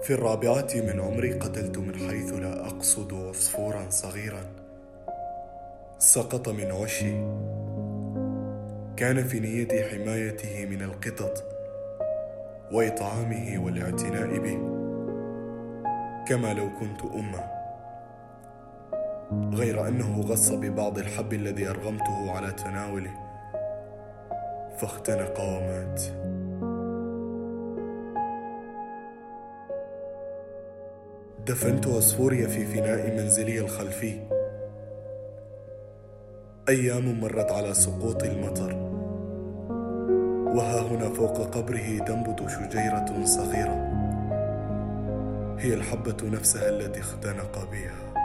في 4 من عمري قتلت من حيث لا أقصد عصفورا صغيرا سقط من عشي. كان في نيتي حمايته من القطط وإطعامه والاعتناء به كما لو كنت أمه، غير أنه غص ببعض الحب الذي أرغمته على تناوله فاختنق ومات. دفنت عصفوري في فناء منزلي الخلفي. أيام مرت على سقوط المطر، وها هنا فوق قبره تنبت شجيرة صغيرة هي الحبة نفسها التي اختنق بها.